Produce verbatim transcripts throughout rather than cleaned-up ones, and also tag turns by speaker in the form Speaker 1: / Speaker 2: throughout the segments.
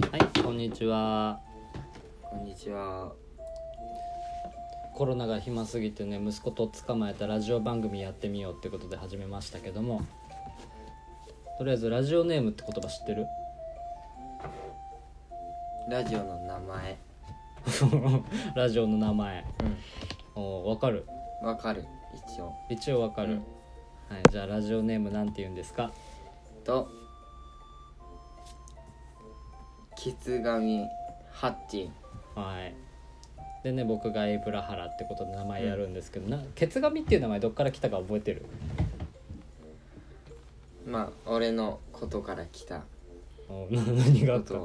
Speaker 1: はい、こんにちは。
Speaker 2: こんにちは。
Speaker 1: コロナが暇すぎてね、息子と捕まえたラジオ番組やってみようってことで始めましたけども、とりあえずラジオネームって言葉知ってる？
Speaker 2: ラジオの名前。
Speaker 1: ラジオの名前。
Speaker 2: うん。
Speaker 1: お、わかる？
Speaker 2: わかる。一応。
Speaker 1: 一応わかる、
Speaker 2: うん、
Speaker 1: はい、じゃあラジオネームなんて言うんですか？
Speaker 2: とキツガミハッチ。
Speaker 1: はい。でね、僕がエイブラハラってことで名前やるんですけど、うん、なケツガミっていう名前どっから来たか覚えてる？
Speaker 2: まあ俺のことから来た。
Speaker 1: お何があった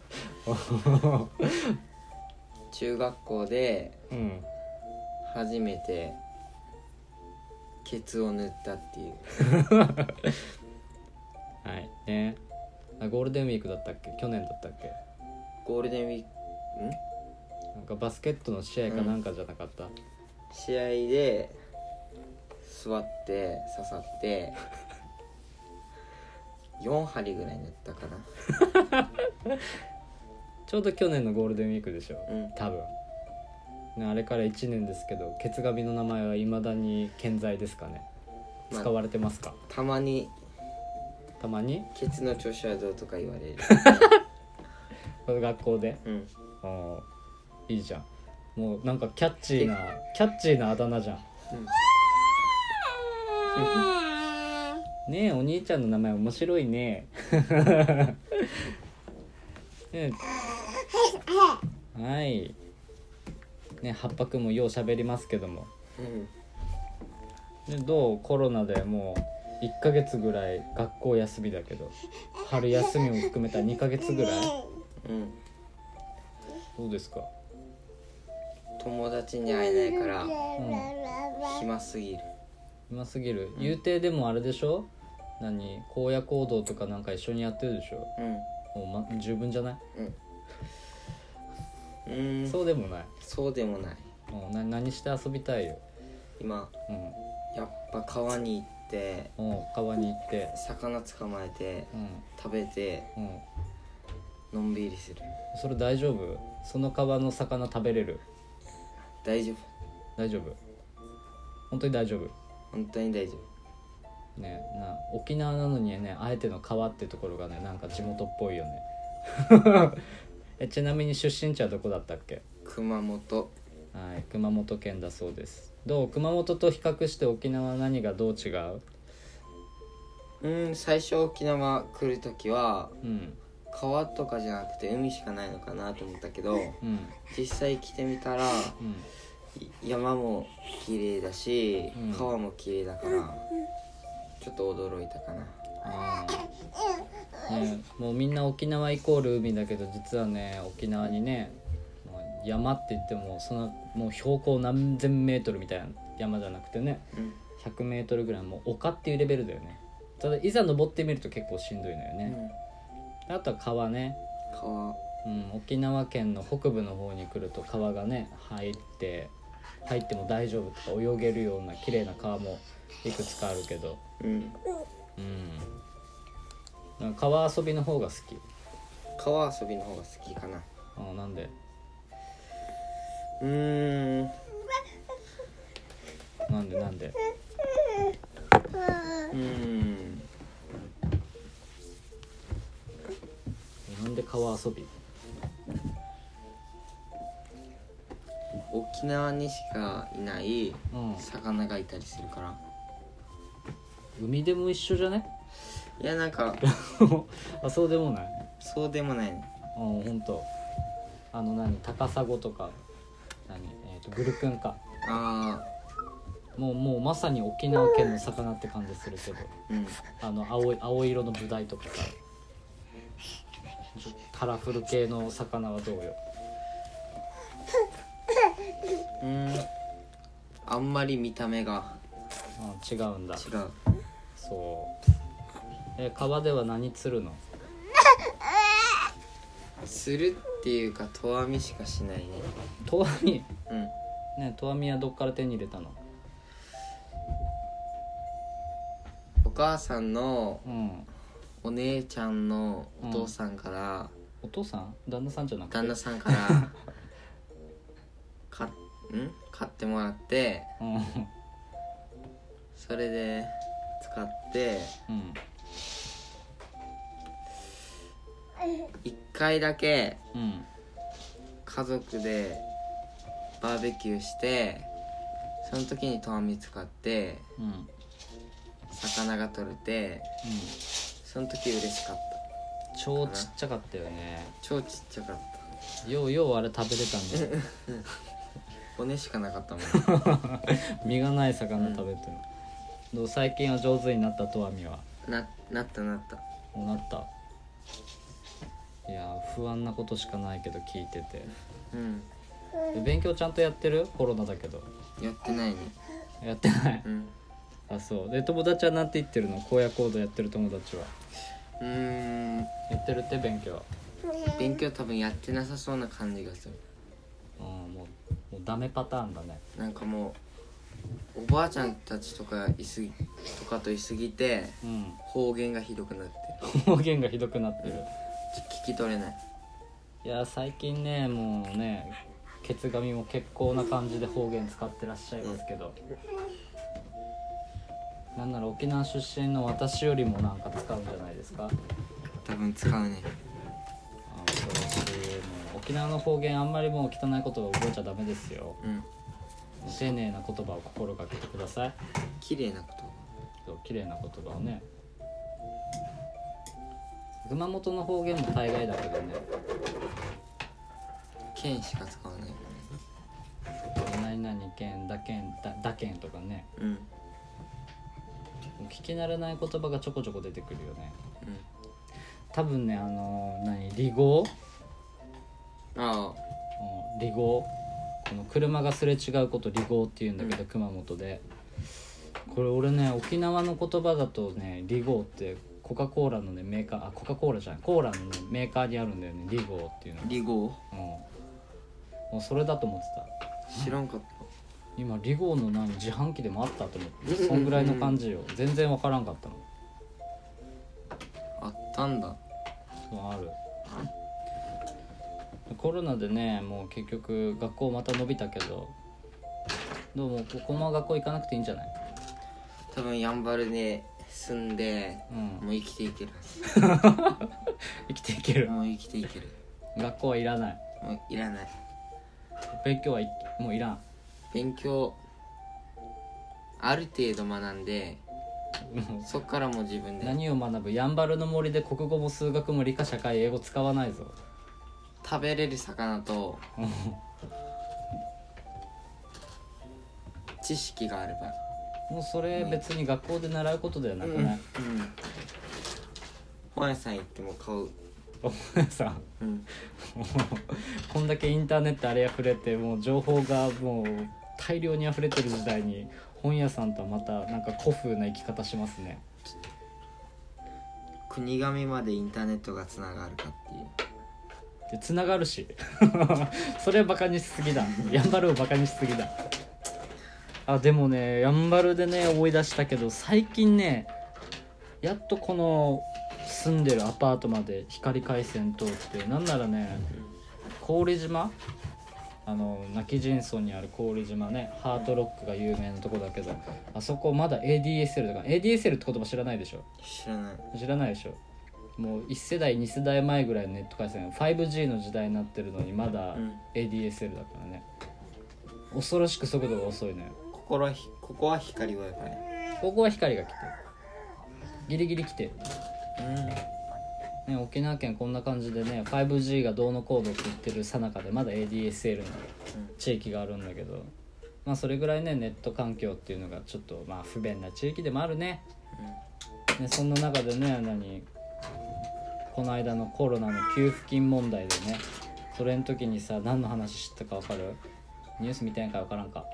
Speaker 2: 中学校で
Speaker 1: うん
Speaker 2: 初めてケツを塗ったっていう
Speaker 1: はいね。あ、ゴールデンウィークだったっけ？去年だったっけ？
Speaker 2: ゴールデンウィークん
Speaker 1: なんかバスケットの試合かなんかじゃなかった？うん、
Speaker 2: 試合で座って刺さってよん針ぐらい塗ったかな。
Speaker 1: ちょうど去年のゴールデンウィークでしょ、
Speaker 2: うん、
Speaker 1: 多分ね。あれからいちねんですけど、ケツガミの名前は未だに健在ですかね？使われてますか？ま
Speaker 2: あ、たまに
Speaker 1: たまに
Speaker 2: ケツの調子はどうとか言われる。
Speaker 1: この学校で、
Speaker 2: うん、
Speaker 1: あいいじゃん。もうなんかキャッチーなキャッチーなあだ名じゃん、うん、ねえ、お兄ちゃんの名前面白いね。ねはいね、葉っぱくんもよう喋りますけども、
Speaker 2: うん、
Speaker 1: ね、どう？コロナでもういっかげつぐらい学校休みだけど、春休みも含めたにかげつぐらい、
Speaker 2: うん、
Speaker 1: どうですか？
Speaker 2: 友達に会えないから、うん、暇すぎる。
Speaker 1: 暇すぎる。言うてでもあれでしょ？何？荒野行動とかなんか一緒にやってるでしょ？
Speaker 2: うん、
Speaker 1: もう、ま、十分じゃない？
Speaker 2: うん、うーん、
Speaker 1: そうでもない。
Speaker 2: そうでもない。
Speaker 1: もうな何して遊びたいよ
Speaker 2: 今、
Speaker 1: うん、
Speaker 2: やっぱ川に行って
Speaker 1: お川に行って
Speaker 2: 魚捕まえて、
Speaker 1: うん、
Speaker 2: 食べて、
Speaker 1: うん、
Speaker 2: のんびりする。
Speaker 1: それ大丈夫？その川の魚食べれる？
Speaker 2: 大丈夫。
Speaker 1: 大丈夫？本当に大丈夫？
Speaker 2: 本当に大丈夫
Speaker 1: ね。な沖縄なのにね、あえての川ってところがね、なんか地元っぽいよね。えちなみに出身地はどこだったっけ？
Speaker 2: 熊本。
Speaker 1: はい、熊本県だそうです。どう？熊本と比較して沖縄は何がどう違う？
Speaker 2: うん、最初沖縄来るときは、
Speaker 1: うん、
Speaker 2: 川とかじゃなくて海しかないのかなと思ったけど、
Speaker 1: うん、
Speaker 2: 実際来てみたら、うん、山も綺麗だし、うん、川も綺麗だからちょっと驚いたかな。
Speaker 1: あね、もうみんな沖縄イコール海だけど、実はね、沖縄にね、山って言ってもそのもう標高何千メートルみたいな山じゃなくてね、うん、ひゃくメートルぐらい、もう丘っていうレベルだよね。ただいざ登ってみると結構しんどいのよね、うん、あとは川ね。
Speaker 2: 川、
Speaker 1: うん、沖縄県の北部の方に来ると川がね入って入っても大丈夫とか、泳げるような綺麗な川もいくつかあるけど、うん、うん、川遊びの方が好き。
Speaker 2: 川遊びの方が好きかな。
Speaker 1: あ、なんで？
Speaker 2: うーん
Speaker 1: なんでなんで
Speaker 2: うーん
Speaker 1: なんで川遊び？
Speaker 2: 沖縄にしかいない魚がいたりするから、
Speaker 1: うん、海でも一緒じゃね？
Speaker 2: いや、なんか
Speaker 1: あ、そうでもない？
Speaker 2: そうでもないね。
Speaker 1: あ、ほんと。あの何、高砂とか何、えーと、グルクンか。
Speaker 2: あ
Speaker 1: あ、もうもうまさに沖縄県の魚って感じするけど、うん、あの青い青色のブダイとかさ、カラフル系の魚はどうよ？
Speaker 2: うーん、あんまり見た目が、
Speaker 1: あ、違うんだ。
Speaker 2: 違う。
Speaker 1: そう。え、川では何釣るの？
Speaker 2: するっていうか、投網しかしないね。
Speaker 1: 投網？
Speaker 2: うん。
Speaker 1: ね、投網はどっから手に入れたの？
Speaker 2: お母さんの
Speaker 1: うん、
Speaker 2: お姉ちゃんのお父さんから
Speaker 1: お父さん旦那さんじゃなくて
Speaker 2: 旦那さんからかん買ってもらって、
Speaker 1: うん、
Speaker 2: それで使っていっかいだけ家族でバーベキューして、その時に投網使って、うん、魚が取れて、うん、その時嬉しかった。
Speaker 1: 超ちっちゃかったよね。
Speaker 2: 超ちっちゃかった。
Speaker 1: ようようあれ食べれたんだよ
Speaker 2: 骨しかなかったもん
Speaker 1: 身がない魚食べてる、うん、どう最近は上手になった？投網は
Speaker 2: な、なったなった
Speaker 1: もうなった。いや不安なことしかないけど聞いてて、うん、勉強ちゃんとやってる？コロナだけど
Speaker 2: やってないね。
Speaker 1: やってない、
Speaker 2: うん、
Speaker 1: あそうで友達はなんて言ってるの？荒野行動やってる友達は。
Speaker 2: うーん、
Speaker 1: やってるって？勉強
Speaker 2: 勉強多分やってなさそうな感じがする。
Speaker 1: うん、もう、もうダメパターンだね。
Speaker 2: なんかもうおばあちゃんたちとかいすぎとかといすぎて、うん、方言がひどくなってる。
Speaker 1: 方言がひどくなってる、うん、
Speaker 2: 聞き取れない。
Speaker 1: いや最近ねもうねケツ髪も結構な感じで方言使ってらっしゃいますけど、うん、なんなら沖縄出身の私よりもなんか使うんじゃないですか？
Speaker 2: 多分使うね。
Speaker 1: あ恐ろしい。もう沖縄の方言あんまりもう汚い言葉を覚えちゃダメですよ、うん、丁寧な言葉を心がけてください。
Speaker 2: 綺麗な言葉。
Speaker 1: そう綺麗な言葉をね。熊本の方言も大概だけどね
Speaker 2: 県しか使わないよ
Speaker 1: ね。何々県だ県だだ県とかね、うん、聞き慣れない言葉がちょこちょこ出てくるよね、うん、多分ねあの何離合ああ、うん、離合この車がすれ違うこと離合っていうんだけど、うん、熊本でこれ俺ね沖縄の言葉だとね離合ってコカ・コーラのねメーカーあコカ・コーラじゃないコーラのねメーカーにあるんだよね離合っていうの。
Speaker 2: 離合？
Speaker 1: うん。もうそれだと思って
Speaker 2: た。知らんかった。
Speaker 1: 今離合の何自販機でもあったと思ってそんぐらいの感じよ。全然わからんかったの。
Speaker 2: あったんだ。
Speaker 1: そうある。コロナでねもう結局学校また伸びたけどどうもこの学校行かなくていいんじゃない？
Speaker 2: 多分やんばるで住んで、うん、もう生きていける
Speaker 1: 生きていける
Speaker 2: もう生きていける。
Speaker 1: 学校はいらない。
Speaker 2: もういらない。
Speaker 1: 勉強はもういらん。
Speaker 2: 勉強ある程度学んでそっからもう自分で
Speaker 1: 何を学ぶ？やんばるの森で国語も数学も理科社会英語使わないぞ。
Speaker 2: 食べれる魚と知識があれば
Speaker 1: もうそれ別に学校で習うことではなくない？うん、うん、
Speaker 2: 本屋さん行っても買う。
Speaker 1: 本屋さん、うん、こんだけインターネットあれ溢れてもう情報がもう大量に溢れてる時代に本屋さんとはまたなんか古風な生き方しますね。
Speaker 2: 国神までインターネットがつながるかっていう
Speaker 1: でつながるしそれはバカにしすぎだ。やんばるをバカにしすぎだ。あでもねやんばるでね思い出したけど最近ねやっとこの住んでるアパートまで光回線通ってなんならね郡島あの今帰仁村にある郡島ねハートロックが有名なとこだけどあそこまだ エーディーエスエル だから エーディーエスエル って言葉知らないでしょ？
Speaker 2: 知らない
Speaker 1: 知らないでしょ？もういち世代に世代前ぐらいのネット回線 ファイブジー の時代になってるのにまだ エーディーエスエル だからね、うん、恐ろしく速度が遅いのよ。
Speaker 2: ここはここは光 Wi-Fi。
Speaker 1: ここは光が来てるギリギリ来てる、うんね、沖縄県こんな感じでね ファイブジー がどうのこうのって言ってる最中でまだ エーディーエスエル の地域があるんだけど、うん、まあそれぐらいねネット環境っていうのがちょっとまあ不便な地域でもあるね、うん、ねそんな中でね何この間のコロナの給付金問題でねそれの時にさ何の話知ったか分かる？ニュース見てないか分からんか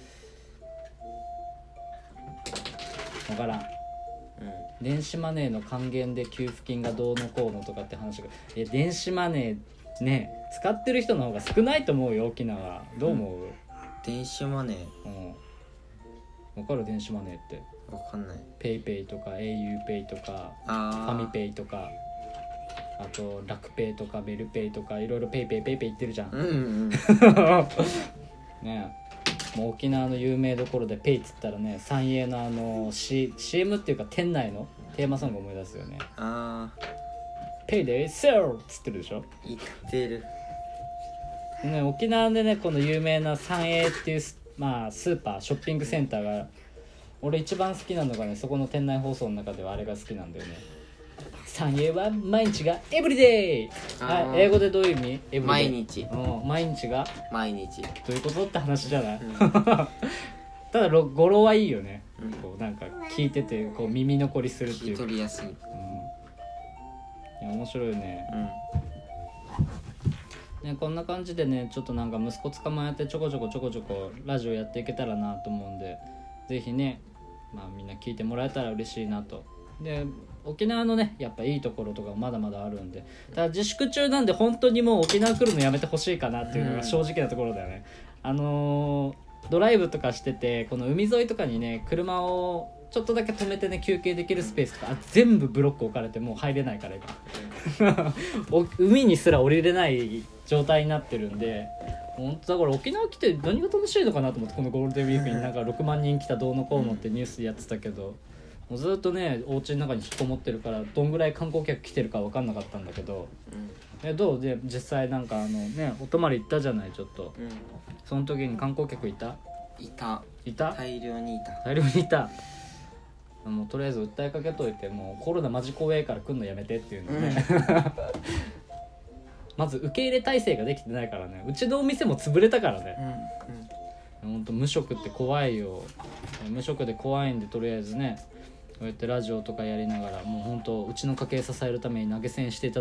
Speaker 1: 分からん、うん、電子マネーの還元で給付金がどうのこうのとかって話がいや電子マネーね使ってる人の方が少ないと思うよ沖縄。どう思う？うん、
Speaker 2: 電子マネー、
Speaker 1: うん、分かる？電子マネーって分
Speaker 2: かんない。
Speaker 1: ペイペイとか au ペイとかファミペイとかあと楽ペイとかベルペイとかいろいろペイペイペイペイ言ってるじゃん、
Speaker 2: うんうん、
Speaker 1: ねえ、もう沖縄の有名どころでペイっつったらね、三栄のあの、C、シーエム っていうか店内のテーマソング思い出すよね。
Speaker 2: あ
Speaker 1: ペイでセールっつってるでしょ。
Speaker 2: 言ってる
Speaker 1: ね、沖縄でねこの有名な三栄っていう、まあ、スーパーショッピングセンターが俺一番好きなのがね、そこの店内放送の中ではあれが好きなんだよね。三栄は毎日がエブリデイ、はい、英語でどういう意味？エブリデイ
Speaker 2: 毎日、
Speaker 1: うん、毎日が
Speaker 2: 毎日
Speaker 1: どういうことって話じゃない、うん、ただ語呂はいいよね、うん、こうなんか聞いててこう耳残りするっていう、
Speaker 2: 聞き取りやすい、うん、い
Speaker 1: や面白いよね、うん、ね、こんな感じでねちょっとなんか息子捕まえてちょこちょこちょこちょこラジオやっていけたらなと思うんで、ぜひね、まあ、みんな聞いてもらえたら嬉しいなと。で沖縄のねやっぱいいところとかまだまだあるんで、ただ自粛中なんで本当にもう沖縄来るのやめてほしいかなっていうのが正直なところだよね、うん、あのー、ドライブとかしててこの海沿いとかにね車をちょっとだけ止めてね休憩できるスペースとか全部ブロック置かれてもう入れないから今海にすら降りれない状態になってるんで、本当だから沖縄来て何が楽しいのかなと思って、このゴールデンウィークになんかろくまんにん来たどうのこうのってニュースでやってたけど、もうずっとねお家の中に引きこもってるからどんぐらい観光客来てるか分かんなかったんだけど、うん、えどうで実際なんかあのねお泊まり行ったじゃないちょっと、うん、その時に観光客いた
Speaker 2: いた
Speaker 1: いた
Speaker 2: 大量にいた
Speaker 1: 大量にいた。もうとりあえず訴えかけといて、もうコロナマジ怖えから来んのやめてっていうのね、うん、まず受け入れ体制ができてないからね、うちのお店も潰れたからね、うんうん、ほんと無職って怖いよ。無職で怖いんでとりあえずねこうやってラジオとかやりながらもう本当うちの家計支えるために投げ銭していただ